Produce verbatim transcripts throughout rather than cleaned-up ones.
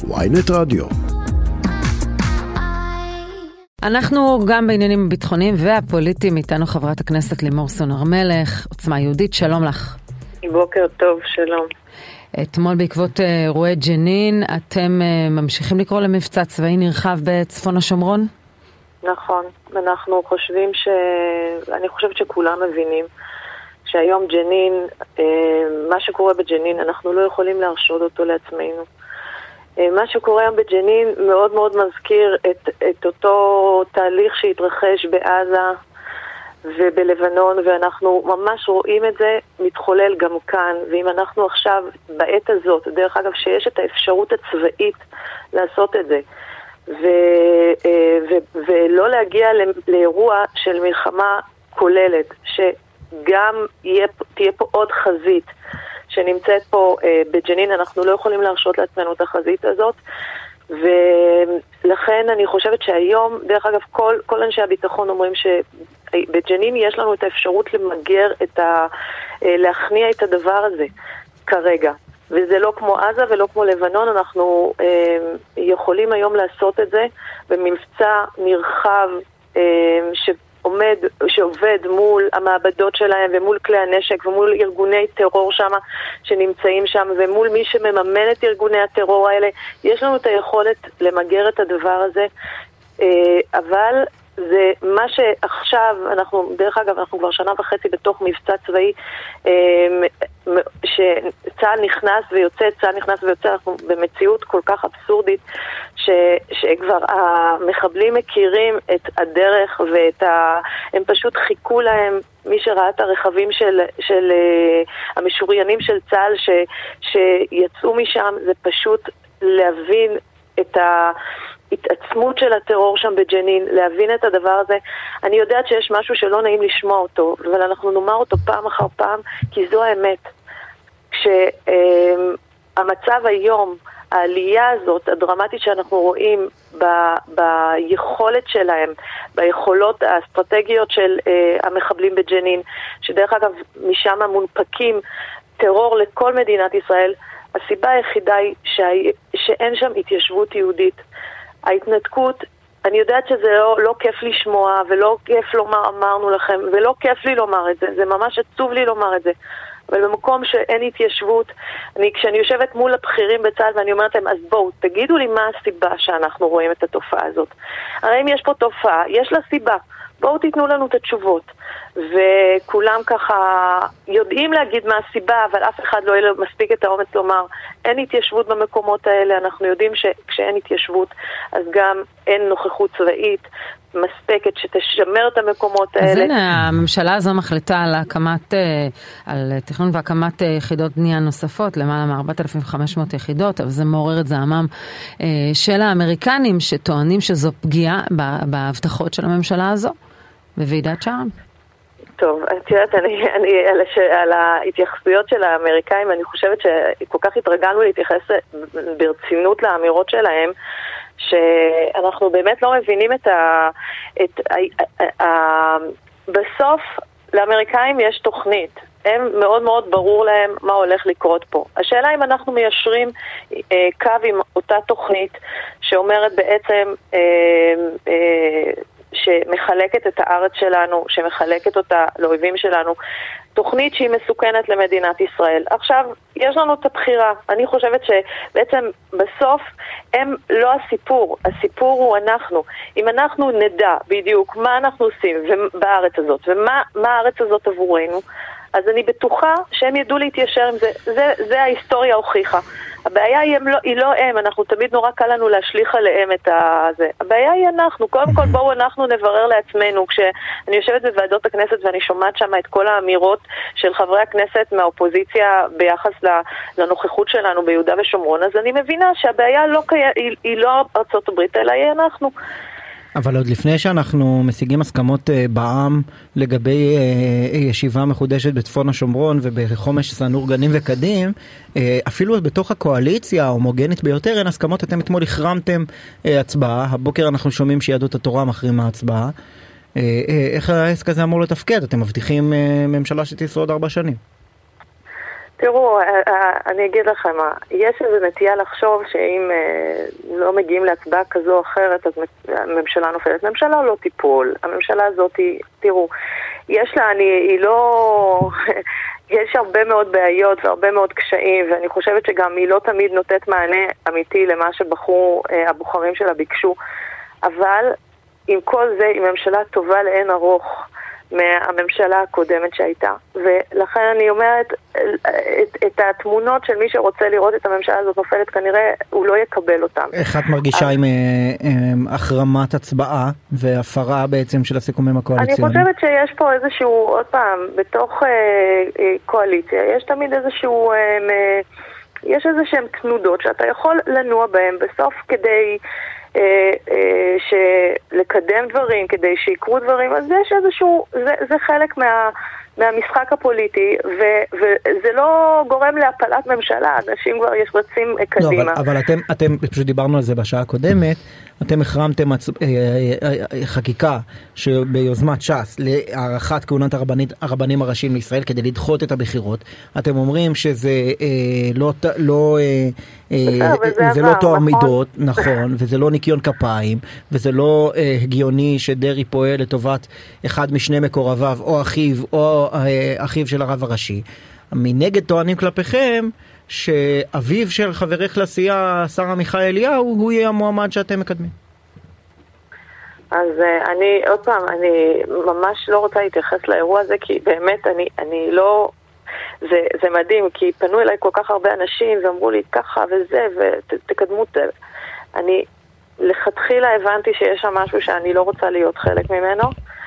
וויינט רדיו. אנחנו גם בעניינים הביטחוניים והפוליטיים, איתנו חברת הכנסת לימור סון הר מלך, עוצמה יהודית, שלום לך. בוקר טוב, שלום. אתמול בעקבות אירועי ג'נין, אתם ממשיכים לקרוא למבצע צבאי נרחב בצפון השומרון? נכון, אנחנו חושבים ש... אני חושבת שכולם מבינים שהיום ג'נין, מה שקורה בג'נין, אנחנו לא יכולים להרשות אותו לעצמנו. מה שקורה היום בג'נין מאוד מאוד מזכיר את, את אותו תהליך שהתרחש בעזה ובלבנון, ואנחנו ממש רואים את זה מתחולל גם כאן. ואם אנחנו עכשיו בעת הזאת, דרך אגב שיש את האפשרות הצבאית לעשות את זה, ו, ו, ולא להגיע לאירוע של מלחמה כוללת, שגם יהיה, תהיה פה עוד חזית שנמצאת פה אה, בג'נין, אנחנו לא יכולים להרשות לעצמנו את החזית הזאת, ולכן אני חושבת שהיום, דרך אגב, כל, כל אנשי הביטחון אומרים שבג'נין יש לנו את האפשרות למגר, את ה, אה, להכניע את הדבר הזה כרגע. וזה לא כמו עזה ולא כמו לבנון, אנחנו אה, יכולים היום לעשות את זה במבצע נרחב אה, ש... עומד, שעובד מול המעבדות שלהם ומול כלי הנשק ומול ארגוני טרור שם שנמצאים שם ומול מי שמממן את ארגוני הטרור האלה. יש לנו את היכולת למגר את הדבר הזה, אבל זה מה שעכשיו, אנחנו, דרך אגב, אנחנו כבר שנה וחצי בתוך מבצע צבאי, שצה"ל נכנס ויוצא, צה"ל נכנס ויוצא, אנחנו במציאות כל כך אבסורדית, ש, שכבר המחבלים מכירים את הדרך ואת ה... הם פשוט חיכו להם, מי שראה את הרכבים של, של המשוריינים של צה"ל ש, שיצאו משם, זה פשוט להבין את ה... התעצמות של הטרור שם בג'נין, להבין את הדבר הזה. אני יודעת שיש משהו שלא נעים לשמוע אותו, אבל אנחנו נאמר אותו פעם אחר פעם, כי זו האמת. כשהמצב היום, העלייה הזאת, הדרמטית שאנחנו רואים ב, ביכולת שלהם, ביכולות האסטרטגיות של uh, המחבלים בג'נין, שדרך אגב משם מונפקים טרור לכל מדינת ישראל, הסיבה היחידה היא שה, שאין שם התיישבות יהודית. ההתנתקות, אני יודעת שזה לא, לא כיף לשמוע ולא כיף לומר אמרנו לכם ולא כיף לי לומר את זה, זה ממש עצוב לי לומר את זה, אבל במקום שאין התיישבות, אני, כשאני יושבת מול הבכירים בצה"ל ואני אומרת להם, אז בואו, תגידו לי מה הסיבה שאנחנו רואים את התופעה הזאת. הרי אם יש פה תופעה, יש לה סיבה, בואו תיתנו לנו את התשובות. וכולם ככה יודעים להגיד מה הסיבה, אבל אף אחד לא יהיה מספיק את האומץ לומר, אין התיישבות במקומות האלה. אנחנו יודעים שכשאין התיישבות, אז גם אין נוכחות צבאית מספקת שתשמר את המקומות האלה. אז הנה, הממשלה הזו מחליטה על הקמת, על תכנון והקמת יחידות בנייה נוספות, למעלה מ-ארבעת אלפים וחמש מאות יחידות, אבל זה מעורר את זעמם של האמריקנים, שטוענים שזו פגיעה בהבטחות של הממשלה הזו, בוועידת שארם. טוב, את יודעת, אני, אני על, הש, על ההתייחסויות של האמריקאים, אני חושבת שכל כך התרגלנו להתייחס ברצינות לאמירות שלהם, שאנחנו באמת לא מבינים את ה... את ה, ה, ה בסוף, לאמריקאים יש תוכנית. הם מאוד מאוד ברור להם מה הולך לקרות פה. השאלה אם אנחנו מיישרים אה, קו עם אותה תוכנית, שאומרת בעצם... אה, אה, שמחלקת את הארץ שלנו, שמחלקת אותה לאויבים שלנו, תוכנית שהיא מסוכנת למדינת ישראל. עכשיו, יש לנו את הבחירה. אני חושבת שבעצם בסוף הם לא הסיפור. הסיפור הוא אנחנו. אם אנחנו נדע בדיוק מה אנחנו עושים בארץ הזאת, ומה מה הארץ הזאת עבורנו, אז אני בטוחה שהם ידעו להתיישר עם זה. זה, זה ההיסטוריה הוכיחה. הבעיה היא, לא, היא לא הם, אנחנו תמיד נורא קל לנו להשליך עליהם את זה. הבעיה היא אנחנו. קודם כל בואו אנחנו נברר לעצמנו. כשאני יושבת בוועדות הכנסת ואני שומעת שם את כל האמירות של חברי הכנסת מהאופוזיציה ביחס לנוכחות שלנו ביהודה ושומרון, אז אני מבינה שהבעיה לא, היא, היא לא ארצות הברית, אלא היא אנחנו. אבל עוד לפני שאנחנו משיגים הסכמות בעם לגבי ישיבה מחודשת בצפון השומרון ובחומש סנור גנים וקדים, אפילו בתוך הקואליציה ההומוגנית ביותר אין הסכמות. אתם אתמול החרמתם הצבעה, הבוקר אנחנו שומעים שיהדות התורה מחרימה הצבעה. איך העסק הזה אמור לתפקד? אתם מבטיחים ממשלה שתשרוד ארבע שנים. תראו, אני אגיד לכם, יש איזו נטייה לחשוב שאם לא מגיעים להצבעה כזו או אחרת, אז הממשלה נופלת. הממשלה לא תיפול. הממשלה הזאת, תראו, יש לה, אני, היא לא... יש הרבה מאוד בעיות והרבה מאוד קשיים, ואני חושבת שגם היא לא תמיד נותנת מענה אמיתי למה שבחרו, הבוחרים שלה ביקשו. אבל עם כל זה, היא ממשלה טובה לאין ארוך מהממשלה הקודמת שהייתה, ולכן אני אומרת, את, את התמונות של מי שרוצה לראות את הממשלה הזאת נופלת, כנראה הוא לא יקבל אותם. איך את מרגישה עם החרמת הצבעה והפרה בעצם של הסיכומים הקואליציוניים? אני חושבת שיש פה איזשהו, עוד פעם, בתוך קואליציה, יש תמיד איזשהו, יש איזשהם תנודות שאתה יכול לנוע בהם בסוף כדי שלקדם דברים, כדי שיקרו דברים, אז יש איזשהו, זה, זה חלק מה, מהמשחק הפוליטי, ו, וזה לא גורם להפלת ממשלה, אנשים כבר יש רצים קדימה. לא, אבל, אבל אתם, אתם, פשוט דיברנו על זה בשעה הקודמת, אתם החרמתם חקיקה שביוזמת ש"ס להארכת כהונת הרבנים הראשיים לישראל כדי לדחות את הבחירות. אתם אומרים שזה לא לא זה לא טוהר מידות, נכון, וזה לא ניקיון כפיים, וזה לא הגיוני שדרי פועל לטובת אחד משני מקורביו, או אחיו או אחיו של הרב הראשי. מנגד טוענים כלפיכם שאביו של חברך לסיעה, שר עמיחי אליהו, הוא יהיה המועמד שאתם מקדמים. אז אני, עוד פעם, אני ממש לא רוצה להתייחס לאירוע הזה, כי באמת אני, אני לא, זה, זה מדהים, כי פנו אליי כל כך הרבה אנשים ואמרו לי ככה וזה, ותקדמו את זה. אני לכתחילה הבנתי שיש שם משהו שאני לא רוצה להיות חלק ממנו,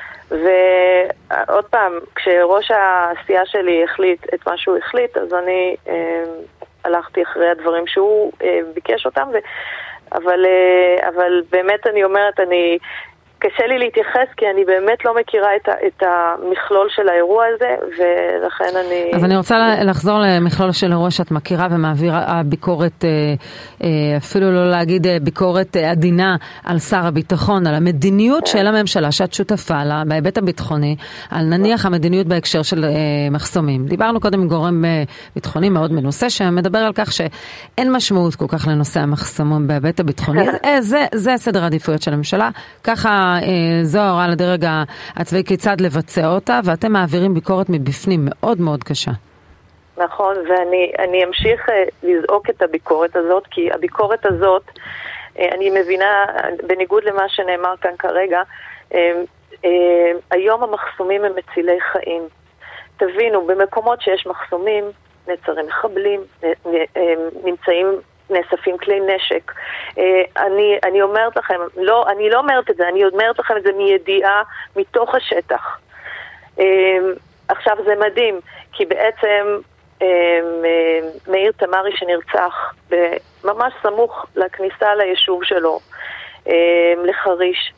ועוד פעם, כשראש הסיעה שלי החליט את מה שהוא החליט, אז אני אה, הלכתי אחרי הדברים שהוא אה, ביקש אותם, ו... אבל, אה, אבל באמת אני אומרת, אני... קשה לי להתייחס, כי אני באמת לא מכירה את, ה, את המכלול של האירוע הזה, ולכן אני... אז אני רוצה לחזור למכלול של אירוע שאת מכירה ומעבירה ביקורת, אפילו לא להגיד ביקורת עדינה על שר הביטחון, על המדיניות של הממשלה שאת שותפה לה, בהיבט הביטחוני, על נניח המדיניות בהקשר של מחסומים. דיברנו קודם עם גורם ביטחוני מאוד מנוסה, שמדבר על כך שאין משמעות כל כך לנושא המחסומים בהיבט הביטחוני. זה, זה סדר העדיפויות של הממשלה. ככה זו ההוראה לדרג הצבאי כיצד לבצע אותה, ואתם מעבירים ביקורת מבפנים מאוד מאוד קשה. נכון, ואני אני אמשיך לזעוק את הביקורת הזאת, כי הביקורת הזאת, אני מבינה, בניגוד למה שנאמר כאן כרגע, היום המחסומים הם מצילי חיים. תבינו, במקומות שיש מחסומים, נעצרים מחבלים, נמצאים נאספים כלי נשק. אני, אני אומרת לכם, לא, אני לא אומרת את זה, אני אומרת לכם את זה מידיעה מתוך השטח. עכשיו זה מדהים, כי בעצם מאיר תמרי שנרצח ממש סמוך לכניסה ליישוב שלו, לחריש,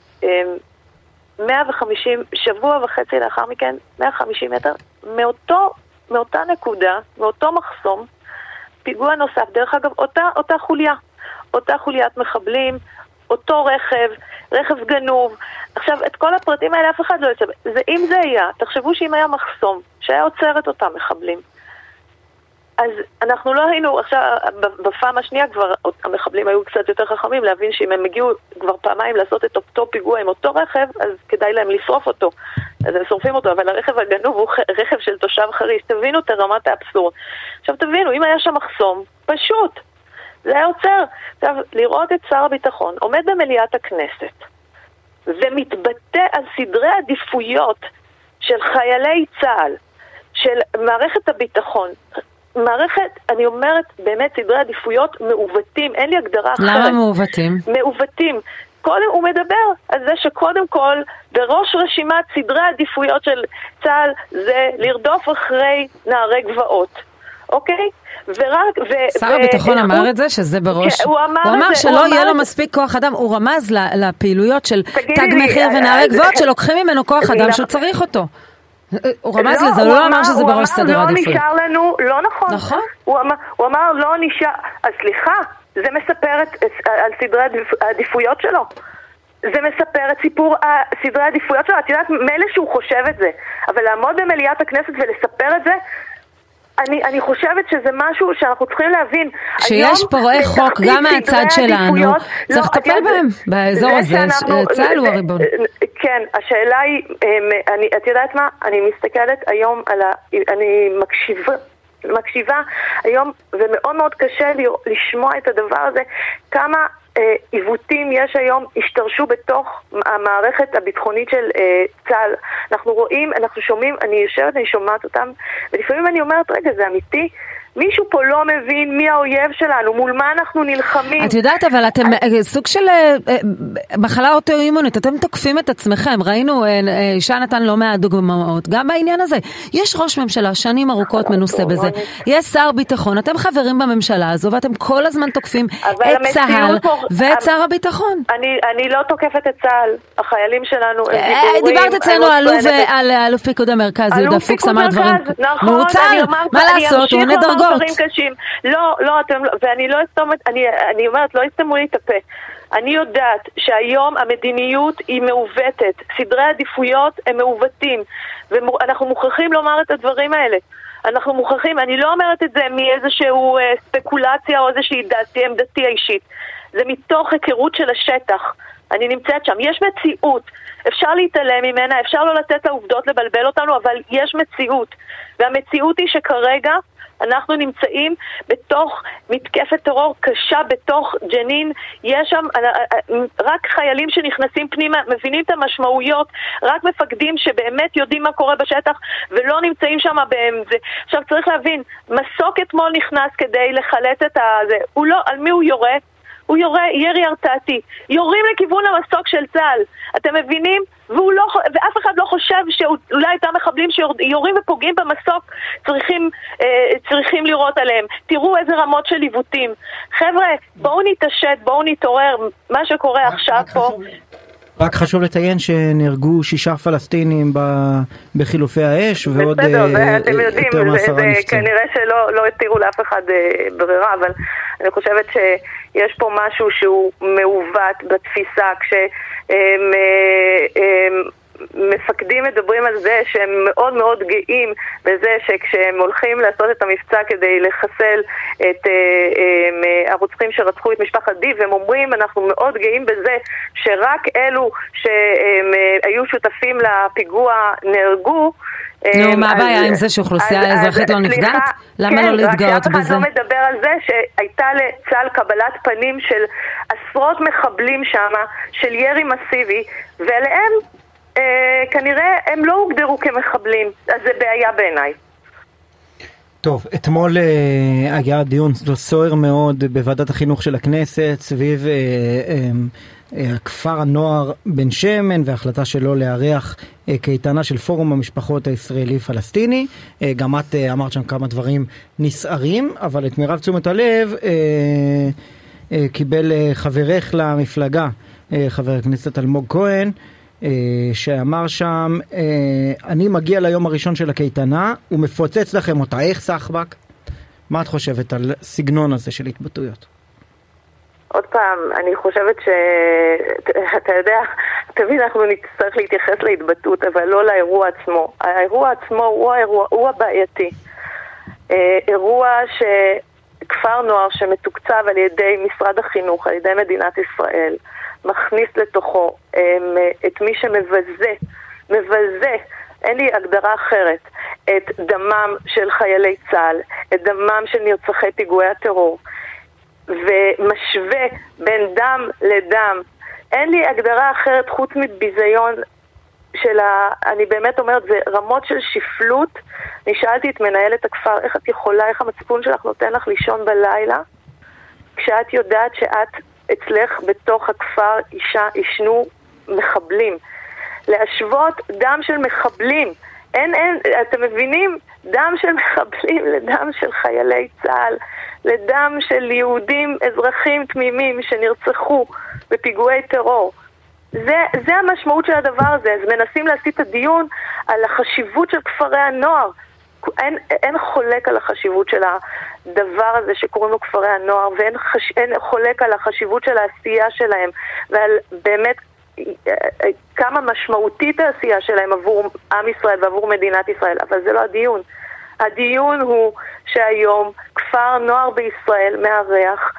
מאה וחמישים, שבוע וחצי לאחר מכן, מאה וחמישים מטר, מאותו, מאותה נקודה, מאותו מחסום, פיגוע נוסף, דרך אגב, אותה, אותה חוליה, אותה חוליית מחבלים, אותו רכב, רכב גנוב. עכשיו, את כל הפרטים האלה אף אחד לא יוצא. זה, אם זה היה, תחשבו שאם היה מחסום, שהיה עוצר את אותם מחבלים, אז אנחנו לא היינו, עכשיו, בפעם השנייה כבר, המחבלים היו קצת יותר חכמים להבין שאם הם הגיעו כבר פעמיים לעשות את אותו פיגוע עם אותו רכב, אז כדאי להם לשרוף אותו. אז הם שורפים אותו, אבל הרכב הגנוב הוא רכב של תושב חריש. תבינו את רמת האבסורד. עכשיו תבינו, אם היה שם מחסום, פשוט, זה היה עוצר. עכשיו, לראות את שר הביטחון עומד במליאת הכנסת, ומתבטא על סדרי עדיפויות של חיילי צה"ל, של מערכת הביטחון, מערכת, אני אומרת, באמת סדרי עדיפויות מעוותים, אין לי הגדרה אחרת. למה מעוותים? מעוותים. קודם הוא מדבר על זה שקודם כל, בראש רשימת סדרי עדיפויות של צה"ל, זה לרדוף אחרי נערי גבעות. אוקיי? ורק... ו- שר הביטחון ו- אמר הוא, את זה, שזה בראש... הוא אמר, הוא אמר שלא יהיה לו מספיק כוח אדם, הוא רמז לפעילויות של תג מחיר ונערי גבעות, שלוקחים ממנו כוח אדם שהוא צריך אותו. הוא רמז לזה, הוא לא אמר שזה בראש סדר עדיפויות. לא נשאר לנו, לא נכון. נכון. הוא אמר, הוא אמר לא נשאר, אז סליחה, זה מספר על סדרי העדיפויות שלו. זה מספר את סיפור סדרי העדיפויות שלו. את יודעת, מילא שהוא חושב את זה, אבל לעמוד במליאת הכנסת ולספר את זה, אני, אני חושבת שזה משהו שאנחנו צריכים להבין. שיש פורעי חוק גם מהצד שלנו, צריך לטפל בהם באזור הזה, צה"ל הוא הריבון. כן, השאלה היא, אני, את יודעת מה? אני מסתכלת היום על ה... אני מקשיבה, מקשיבה היום, ומאוד מאוד קשה לי לשמוע את הדבר הזה, כמה עיוותים יש היום, השתרשו בתוך המערכת הביטחונית של צה"ל. אנחנו רואים, אנחנו שומעים, אני יושבת, אני שומעת אותם, ולפעמים אני אומרת, רגע, זה אמיתי? מישהו פה לא מבין מי האויב שלנו, מול מה אנחנו נלחמים. את יודעת, אבל אתם סוג של מחלה אוטואימונית, אתם תוקפים את עצמכם. ראינו, אישה נתן לא מעט דוגמאות, גם בעניין הזה. יש ראש ממשלה, שנים ארוכות מנוסה בזה. יש שר ביטחון, אתם חברים בממשלה הזו, ואתם כל הזמן תוקפים את צה"ל ואת שר הביטחון. אני לא תוקפת את צה"ל, החיילים שלנו הם גיבורים. דיברת אצלנו על אלוף פיקוד המרכז, יהודה פוקס אמר דברים. נכון, מה לעשות, הוא נדרגות. קשים. לא, לא, אתם, ואני לא אסתום, אני, אני אומרת, לא אסתמו לי את הפה. אני יודעת שהיום המדיניות היא מעוותת, סדרי עדיפויות הם מעוותים, ואנחנו מוכרחים לומר את הדברים האלה. אנחנו מוכרחים, אני לא אומרת את זה מאיזשהו אה, ספקולציה או איזושהי דעתי, עמדתי האישית. זה מתוך היכרות של השטח. אני נמצאת שם. יש מציאות. אפשר להתעלם ממנה, אפשר לא לתת לעובדות לבלבל אותנו, אבל יש מציאות. והמציאות היא שכרגע אנחנו נמצאים בתוך מתקפת טרור קשה בתוך ג'נין. יש שם רק חיילים שנכנסים פנימה, מבינים את המשמעויות, רק מפקדים שבאמת יודעים מה קורה בשטח ולא נמצאים שם באמצע. עכשיו צריך להבין, מסוק אתמול נכנס כדי לחלץ את הזה. הוא לא, על מי הוא יורה? הוא יורה ירי הרתעתי. יורים לכיוון המסוק של צה"ל. אתם מבינים? והוא לא, ואף אחד לא חושב שאולי הייתה מחבלים שיורים ופוגעים במסוק, צריכים, אה, צריכים לראות עליהם. תראו איזה רמות של עיוותים. חבר'ה, בואו נתעשת, בואו נתעורר. מה שקורה עכשיו פה... רק חשוב לציין שנהרגו שישה פלסטינים בחילופי האש, ועוד יותר מעשרה נפצעים. כנראה שלא לא התירו לאף אחד ברירה, אבל אני חושבת שיש פה משהו שהוא מעוות בתפיסה, כשהם מפקדים מדברים על זה שהם מאוד מאוד גאים בזה שכשהם הולכים לעשות את המבצע כדי לחסל את הרוצחים שרצחו את משפחת דיב, הם אומרים אנחנו מאוד גאים בזה שרק אלו שהיו שותפים לפיגוע נהרגו. נו, מה הבעיה עם זה שאוכלוסייה האזרחית לא נפגעת? למה לא להתגאות בזה? רק אף אחד לא מדבר על זה שהייתה לצה"ל קבלת פנים של עשרות מחבלים שם, של ירי מסיבי, ועליהם כנראה הם לא הוגדרו כמחבלים, אז זה בעיה בעיניי. טוב, אתמול היה דיון סוער מאוד בוועדת החינוך של הכנסת סביב הכפר הנוער בן שמן וההחלטה שלו לארח קייטנה של פורום המשפחות הישראלי-פלסטיני. גם את אמרת שם כמה דברים נסערים, אבל את מירב תשומת הלב קיבל חברך למפלגה, חבר הכנסת אלמוג כהן, שאמר שם, אני מגיע ליום הראשון של הקייטנה ומפוצץ לכם אותה. איך סחבק? מה את חושבת על סגנון הזה של התבטאויות? עוד פעם, אני חושבת שאתה יודע, תמיד אנחנו נצטרך להתייחס להתבטאות, אבל לא לאירוע עצמו. האירוע עצמו הוא האירוע, הוא הבעייתי. אירוע שכפר נוער שמתוקצב על ידי משרד החינוך, על ידי מדינת ישראל, מכניס לתוכו את מי שמבזה, מבזה, אין לי הגדרה אחרת, את דמם של חיילי צה"ל, את דמם של נרצחי פיגועי הטרור, ומשווה בין דם לדם. אין לי הגדרה אחרת חוץ מביזיון של ה... אני באמת אומרת, זה רמות של שפלות. אני שאלתי את מנהלת הכפר, איך את יכולה, איך המצפון שלך נותן לך לישון בלילה, כשאת יודעת שאת אצלך בתוך הכפר אישה, ישנו מחבלים. להשוות דם של מחבלים. אין, אין, אתם מבינים? דם של מחבלים לדם של חיילי צה"ל, לדם של יהודים אזרחים תמימים שנרצחו בפיגועי טרור. זה, זה המשמעות של הדבר הזה. אז מנסים להסיט את הדיון על החשיבות של כפרי הנוער. אין, אין חולק על החשיבות של הדבר הזה שקוראים לו כפרי הנוער, ואין חש, אין חולק על החשיבות של העשייה שלהם, ועל באמת כמה משמעותית העשייה שלהם עבור עם ישראל ועבור מדינת ישראל. אבל זה לא הדיון. הדיון הוא שהיום כפר נוער בישראל מארח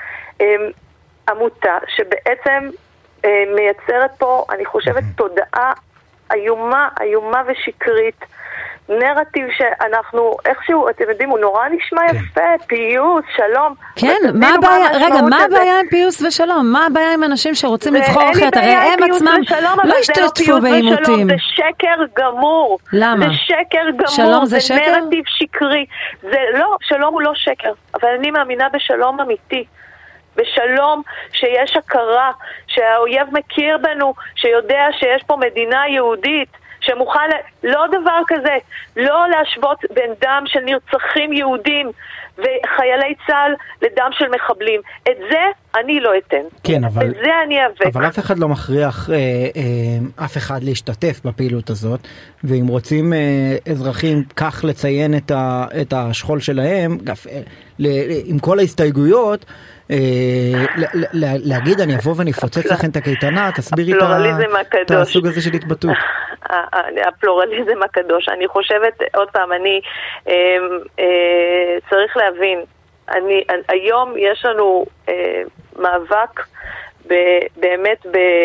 עמותה שבעצם מייצרת פה, אני חושבת, תודעה איומה, איומה ושקרית, נרטיב שאנחנו, איכשהו, אתם יודעים, הוא נורא נשמע יפה, פיוס, שלום. כן, מה הבעיה, רגע, מה הבעיה עם פיוס ושלום? מה הבעיה עם אנשים שרוצים לבחור אחרת? הרי הם עצמם לא השתתפו בעימותים. זה שקר גמור. למה? זה שקר גמור. שלום זה שקר? זה נרטיב שקרי. זה לא, שלום הוא לא שקר, אבל אני מאמינה בשלום אמיתי. בשלום שיש הכרה, שהאויב מכיר בנו, שיודע שיש פה מדינה יהודית, שמוכן, לא דבר כזה, לא להשוות בין דם של נרצחים יהודים וחיילי צה"ל לדם של מחבלים. את זה אני לא אתן. כן, אבל, את זה אני אבק. אבל אף אחד לא מכריח אה, אה, אף אחד להשתתף בפעילות הזאת, ואם רוצים אה, אזרחים כך לציין את, ה, את השכול שלהם, גף, אה, ל, עם כל ההסתייגויות, אה, ל, ל, להגיד אני אבוא ואני אפוצץ לכם את הקייטנה, תסבירי את הסוג הזה של התבטאות. הפלורליזם הקדוש. אני חושבת, עוד פעם, אני אה, אה, צריך להבין, אני, היום יש לנו אה, מאבק ב, באמת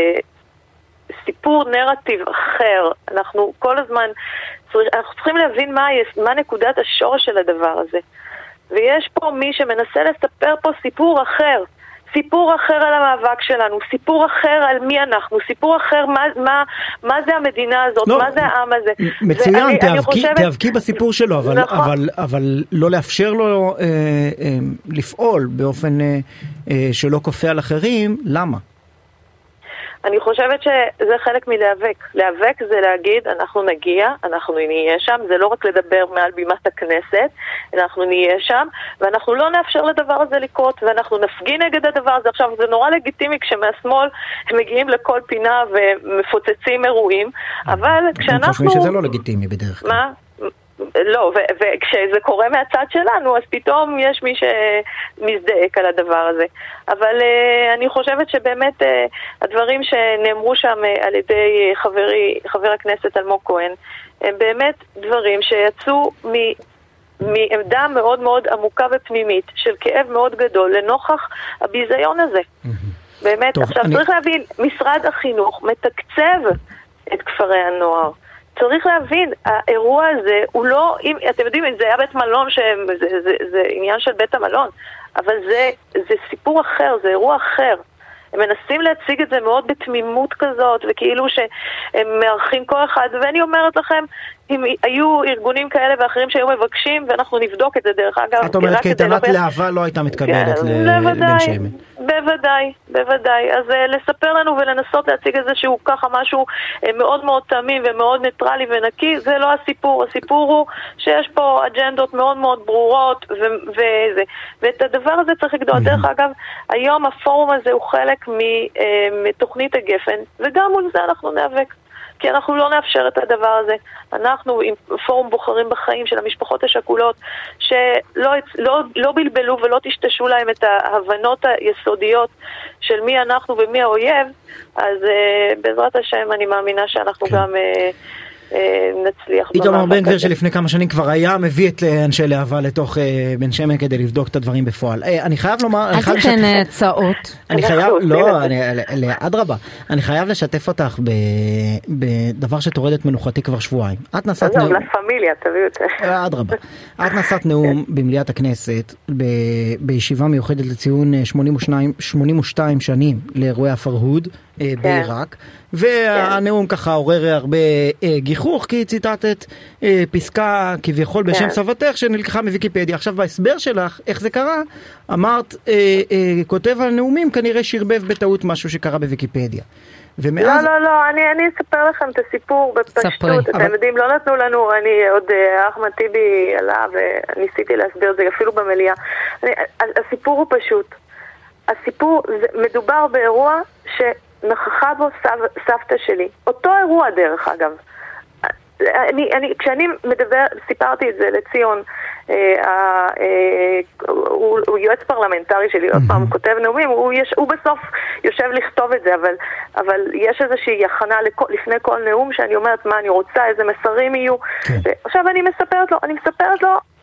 בסיפור נרטיב אחר. אנחנו כל הזמן צריך, אנחנו צריכים להבין מה, מה נקודת השורש של הדבר הזה. ויש פה מי שמנסה לספר פה סיפור אחר. סיפור אחר על המאבק שלנו, סיפור אחר על מי אנחנו, סיפור אחר מה, מה, מה זה המדינה הזאת, לא, מה זה העם הזה. מצוין, ואני, תאבקי, אני חושבת... תאבקי בסיפור שלו, אבל, נכון. אבל, אבל לא לאפשר לו אה, אה, לפעול באופן אה, אה, שלא כופה על אחרים, למה? אני חושבת שזה חלק מלהיאבק. להיאבק זה להגיד, אנחנו נגיע, אנחנו נהיה שם, זה לא רק לדבר מעל בימת הכנסת, אנחנו נהיה שם, ואנחנו לא נאפשר לדבר הזה לקרות, ואנחנו נפגין נגד הדבר הזה. עכשיו, זה נורא לגיטימי כשמהשמאל הם מגיעים לכל פינה ומפוצצים אירועים, אבל כשאנחנו... אני חושבים שזה לא לגיטימי בדרך כלל. מה? לא, וכשזה קורה מהצד שלנו, אז פתאום יש מי שמזדעק על הדבר הזה. אבל uh, אני חושבת שבאמת uh, הדברים שנאמרו שם uh, על ידי חברי, חבר הכנסת אלמוג כהן, הם באמת דברים שיצאו מ... מעמדה מאוד מאוד עמוקה ופנימית, של כאב מאוד גדול, לנוכח הביזיון הזה. באמת, טוב, עכשיו אני... צריך להבין, משרד החינוך מתקצב את כפרי הנוער. צריך להבין, האירוע הזה הוא לא, אם, אתם יודעים, זה היה בית מלון, זה, זה, זה, זה עניין של בית המלון, אבל זה, זה סיפור אחר, זה אירוע אחר. הם מנסים להציג את זה מאוד בתמימות כזאת, וכאילו שהם מארחים כל אחד, ואני אומרת לכם, אם היו ארגונים כאלה ואחרים שהיו מבקשים, ואנחנו נבדוק את זה דרך אגב. את אומרת קייטנת להבה לא הייתה מתקבלת לבן שמן. בוודאי, בוודאי. אז לספר לנו ולנסות להציג איזשהו ככה משהו מאוד מאוד תמים ומאוד ניטרלי ונקי, זה לא הסיפור. הסיפור הוא שיש פה אג'נדות מאוד מאוד ברורות, וזה. ואת הדבר הזה צריך לגדול. דרך אגב, היום הפורום הזה הוא חלק מתוכנית הגפן, וגם מול זה אנחנו נאבק. כי אנחנו לא נאפשר את הדבר הזה. אנחנו עם פורום בוחרים בחיים של המשפחות השכולות, שלא לא, לא בלבלו ולא תשתשו להם את ההבנות היסודיות של מי אנחנו ומי האויב, אז uh, בעזרת השם אני מאמינה שאנחנו כן. גם... Uh, נצליח. איתמר בן גביר שלפני כמה שנים כבר היה מביא את אנשי להבה לתוך בן שמן כדי לבדוק את הדברים בפועל. אני חייב לומר... אל תיתן הצעות. אני חייב, לא, אדרבה. אני חייב לשתף אותך בדבר שתורד את מנוחתי כבר שבועיים. את נשאת נאום... לא, לפמיליה, תביאו את זה. אדרבה. את נשאת נאום במליאת הכנסת בישיבה מיוחדת לציון שמונים ושתיים שנים לאירועי הפרהוד בעיראק, והנאום ככה עורר הרבה גיחוך, כי ציטטת פסקה כביכול בשם סבתך שנלקחה מוויקיפדיה. עכשיו בהסבר שלך, איך זה קרה, אמרת, כותב על נאומים כנראה שרבב בטעות משהו שקרה בוויקיפדיה. לא, לא, לא, אני, אני אספר לכם את הסיפור בפשטות. אתם יודעים, לא נתנו לנו, אני עוד, אחמד טיבי עלה וניסיתי להסביר את זה אפילו במליאה. הסיפור הוא פשוט. הסיפור, מדובר באירוע שנכחה בו סב, סבתא שלי. אותו אירוע דרך אגב. אני, אני, כשאני מדבר, סיפרתי את זה לציון, אה, אה, הוא, הוא יועץ פרלמנטרי שלי, עוד פעם כותב נאומים, הוא, יש, הוא בסוף יושב לכתוב את זה, אבל, אבל יש איזושהי הכנה לכל, לפני כל נאום שאני אומרת מה אני רוצה, איזה מסרים יהיו. עכשיו אני מספרת לו, אני מספרת לו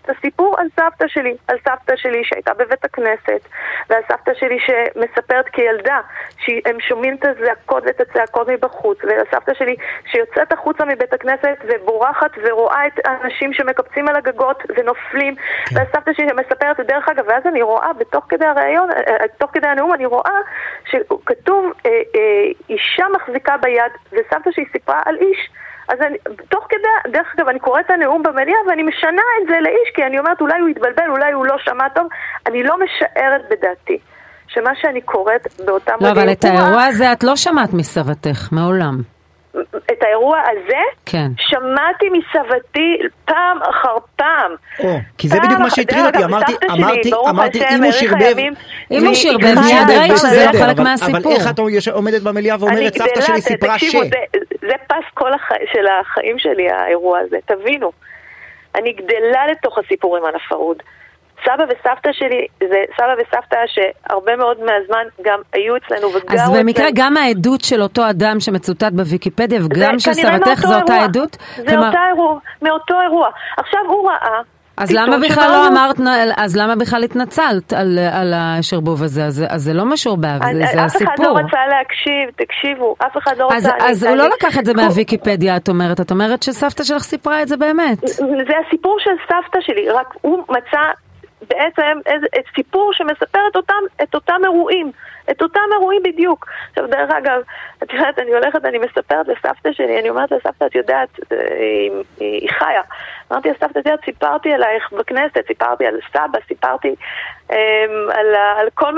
את הסיפור על סבתא שלי, על סבתא שלי שהייתה בבית הכנסת, ועל סבתא שלי שמספרת כילדה, שהם שומעים את הזעקות ואת הצעקות מבחוץ, ועל סבתא שלי שיוצאת החוצה מבית הכנסת ובורחת ורואה את האנשים שמקפצים על הגגות ונופלים, כן. ועל סבתא שלי שמספרת דרך אגב, ואז אני רואה בתוך כדי הרעיון, תוך כדי הנאום אני רואה שכתוב אה, אה, אישה מחזיקה ביד, וסבתא שהיא סיפרה על איש. אז אני, תוך כדי, דרך אגב, אני קוראת את הנאום במליאה ואני משנה את זה לאיש, כי אני אומרת אולי הוא יתבלבל, אולי הוא לא שמע טוב. אני לא משערת בדעתי שמה שאני קוראת באותם... לא, אבל את האירוע הזה את לא שמעת מסבתך, מעולם. את האירוע הזה? כן. שמעתי מסבתי פעם אחר פעם. או, כי זה בדיוק מה שהטריד אותי, אמרתי, אמרתי, אמרתי, אם הוא שרבב, אם הוא שרבב, מיד ראית שזה לא חלק מהסיפור. אבל איך את עומדת במליאה ואומרת, סבתא שלי סיפרה ש... זה פס כל של החיים שלי, האירוע הזה, תבינו. אני גדלה לתוך הסיפורים על הפרוד. סבא וסבתא שלי, זה סבא וסבתא שהרבה מאוד מהזמן גם היו אצלנו וגרו אצלנו. אז במקרה גם העדות של אותו אדם שמצוטט בוויקיפדיה וגם של סבתך זו אותה עדות? זה אותה אירוע, מאותו אירוע. עכשיו הוא ראה... אז למה בכלל לא אמרת, אז למה בכלל התנצלת על, על השרבוב הזה? אז, אז זה לא משורבב, זה, זה אף הסיפור. אחד לא רצה להקשיב, תקשיבו, אף אחד לא אז, רצה... אז הוא לא לקח את זה מהוויקיפדיה, את אומרת, את אומרת שסבתא שלך סיפרה את זה באמת. זה הסיפור של סבתא שלי, רק הוא מצא בעצם איזה, את סיפור שמספר את אותם, את אותם אירועים, את אותם אירועים בדיוק. עכשיו, דרך אגב, את יודעת, אני הולכת, אני מספרת לסבתא שלי, אני אומרת לסבתא, את יודעת, היא, היא, היא חיה. אמרתי לסבתא, את יודעת, סיפרתי עלייך בכנסת, סיפרתי על סבא, סיפרתי um, על, על כל מה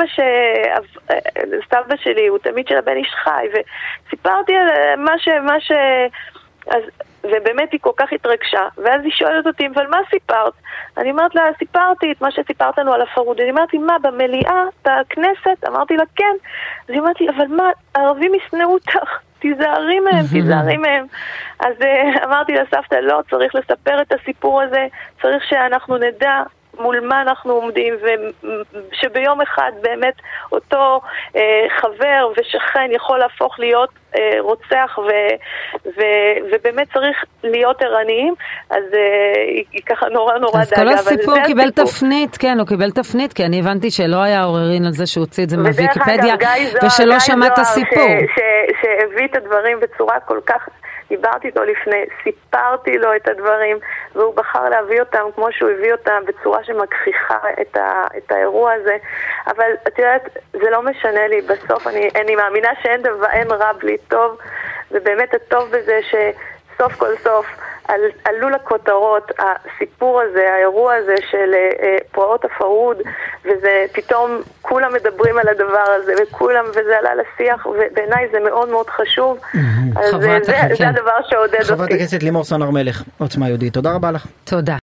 שסבא שלי, הוא תמיד של הבן איש חי, וסיפרתי על מה ש... מה ש אז, ובאמת היא כל כך התרגשה, ואז היא שואלת אותי, אבל מה סיפרת? אני אומרת לה, סיפרתי את מה שסיפרת לנו על הפרוד. אני אמרתי, מה, במליאה, בכנסת? אמרתי לה, כן. אז היא אמרתי, אבל מה, הערבים ישנאו אותך, תיזהרי מהם, תיזהרי מהם. אז אמרתי לסבתא, לא, צריך לספר את הסיפור הזה, צריך שאנחנו נדע מול מה אנחנו עומדים, ושביום אחד באמת אותו אה, חבר ושכן יכול להפוך להיות אה, רוצח, ו, ו, ובאמת צריך להיות ערניים. אז אה, היא ככה נורא נורא דאגה. אז כל הסיפור קיבל תפנית, כן, הוא קיבל תפנית, כי אני הבנתי שלא היה עוררין על זה שהוא הוציא את זה מהוויקיפדיה, ושלא שמע את הסיפור. שהביא את הדברים בצורה כל כך... דיברתי איתו לפני, סיפרתי לו את הדברים, והוא בחר להביא אותם כמו שהוא הביא אותם, בצורה שמכחיכה את, ה, את האירוע הזה. אבל את יודעת, זה לא משנה לי, בסוף אני, אני מאמינה שאין דבר, אין רע בלי טוב, ובאמת הטוב בזה שסוף כל סוף על, עלו לכותרות הסיפור הזה, האירוע הזה של אה, פרעות הפרוד, וזה פתאום כולם מדברים על הדבר הזה, וכולם, וזה עלה לשיח, ובעיניי זה מאוד מאוד חשוב. אז זה, זה, זה הדבר שעודד אותי. חברת הכנסת לימור סון הר מלך, עוצמה יהודית, תודה רבה לך. תודה.